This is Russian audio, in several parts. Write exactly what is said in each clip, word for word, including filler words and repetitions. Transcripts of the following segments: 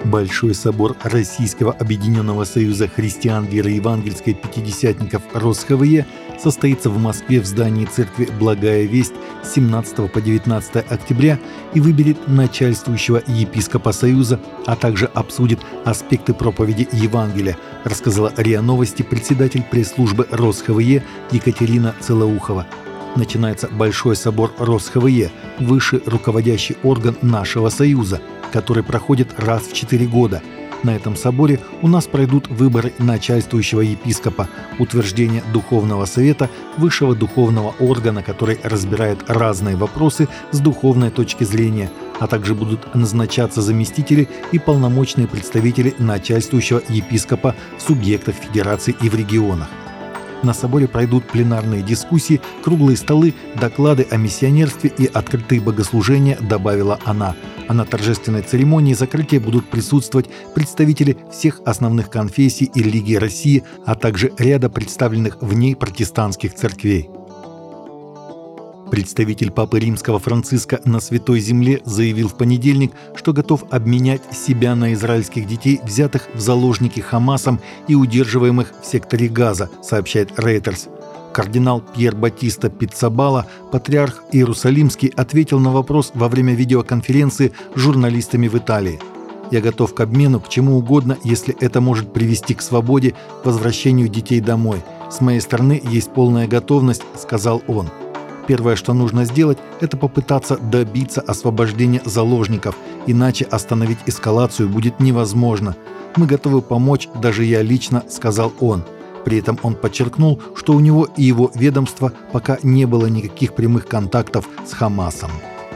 Большой собор Российского Объединенного Союза Христиан Веры Евангельской Пятидесятников РосХВЕ состоится в Москве в здании церкви «Благая весть» с семнадцатого по девятнадцатое октября и выберет начальствующего епископа Союза, а также обсудит аспекты проповеди Евангелия, рассказала РИА Новости председатель пресс-службы РосХВЕ Екатерина Целоухова. Начинается Большой собор РосХВЕ, высший руководящий орган нашего Союза, который проходит раз в четыре года. На этом соборе у нас пройдут выборы начальствующего епископа, утверждение Духовного совета, высшего духовного органа, который разбирает разные вопросы с духовной точки зрения, а также будут назначаться заместители и полномочные представители начальствующего епископа в субъектах федерации и в регионах. На соборе пройдут пленарные дискуссии, круглые столы, доклады о миссионерстве и открытые богослужения, добавила она. А на торжественной церемонии закрытия будут присутствовать представители всех основных конфессий и религий России, а также ряда представленных в ней протестантских церквей. Представитель Папы Римского Франциска на Святой Земле заявил в понедельник, что готов обменять себя на израильских детей, взятых в заложники Хамасом и удерживаемых в секторе Газа, сообщает Reuters. Кардинал Пьер Батиста Пиццабала, патриарх Иерусалимский, ответил на вопрос во время видеоконференции с журналистами в Италии. «Я готов к обмену, к чему угодно, если это может привести к свободе, возвращению детей домой. С моей стороны есть полная готовность», — сказал он. Первое, что нужно сделать, это попытаться добиться освобождения заложников, иначе остановить эскалацию будет невозможно. «Мы готовы помочь, даже я лично», — сказал он. При этом он подчеркнул, что у него и его ведомства пока не было никаких прямых контактов с Хамасом.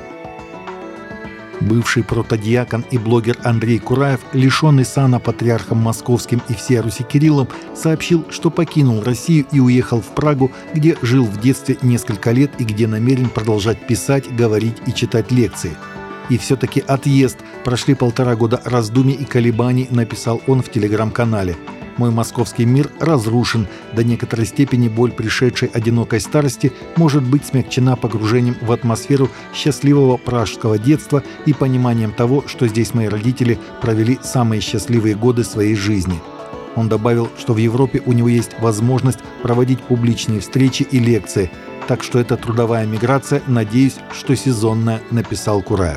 Бывший протодиакон и блогер Андрей Кураев, лишенный сана патриархом Московским и всей Руси Кириллом, сообщил, что покинул Россию и уехал в Прагу, где жил в детстве несколько лет и где намерен продолжать писать, говорить и читать лекции. И все-таки отъезд. Прошли полтора года раздумий и колебаний, написал он в телеграм-канале. «Мой московский мир разрушен. До некоторой степени боль пришедшей одинокой старости может быть смягчена погружением в атмосферу счастливого пражского детства и пониманием того, что здесь мои родители провели самые счастливые годы своей жизни». Он добавил, что в Европе у него есть возможность проводить публичные встречи и лекции, так что это трудовая миграция, надеюсь, что сезонная, написал Кураев.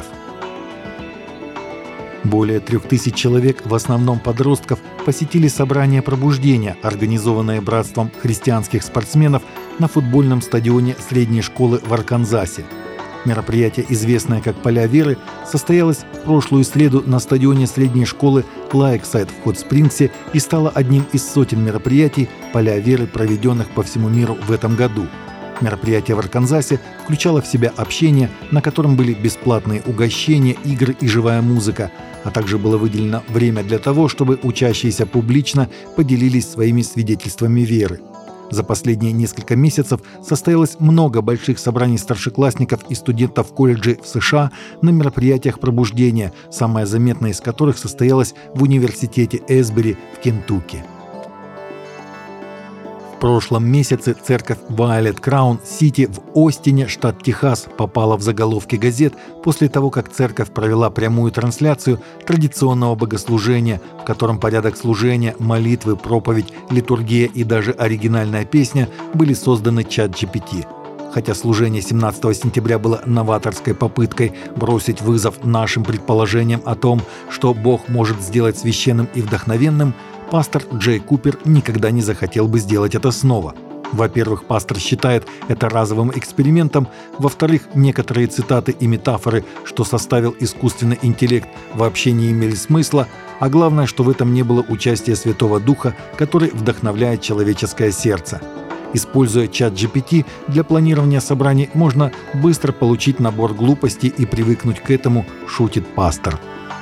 Более трех тысяч человек, в основном подростков, посетили собрание пробуждения, организованное Братством христианских спортсменов на футбольном стадионе средней школы в Арканзасе. Мероприятие, известное как «Поля веры», состоялось в прошлую среду на стадионе средней школы Лайксайд в Хот-Спрингсе и стало одним из сотен мероприятий «Поля веры», проведенных по всему миру в этом году. Мероприятие в Арканзасе включало в себя общение, на котором были бесплатные угощения, игры и живая музыка, а также было выделено время для того, чтобы учащиеся публично поделились своими свидетельствами веры. За последние несколько месяцев состоялось много больших собраний старшеклассников и студентов колледжей в США на мероприятиях пробуждения, самое заметное из которых состоялось в университете Эсбери в Кентукки. В прошлом месяце церковь Вайолет Краун Сити в Остине, штат Техас, попала в заголовки газет после того, как церковь провела прямую трансляцию традиционного богослужения, в котором порядок служения, молитвы, проповедь, литургия и даже оригинальная песня были созданы чат джи пи ти. Хотя служение семнадцатого сентября было новаторской попыткой бросить вызов нашим предположениям о том, что Бог может сделать священным и вдохновенным, пастор Джей Купер никогда не захотел бы сделать это снова. Во-первых, пастор считает это разовым экспериментом. Во-вторых, некоторые цитаты и метафоры, что составил искусственный интеллект, вообще не имели смысла. А главное, что в этом не было участия Святого Духа, который вдохновляет человеческое сердце. Используя чат джи пи ти для планирования собраний, можно быстро получить набор глупостей и привыкнуть к этому, шутит пастор.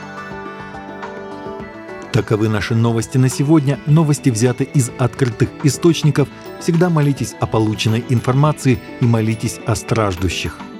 Таковы наши новости на сегодня. Новости взяты из открытых источников. Всегда молитесь о полученной информации и молитесь о страждущих.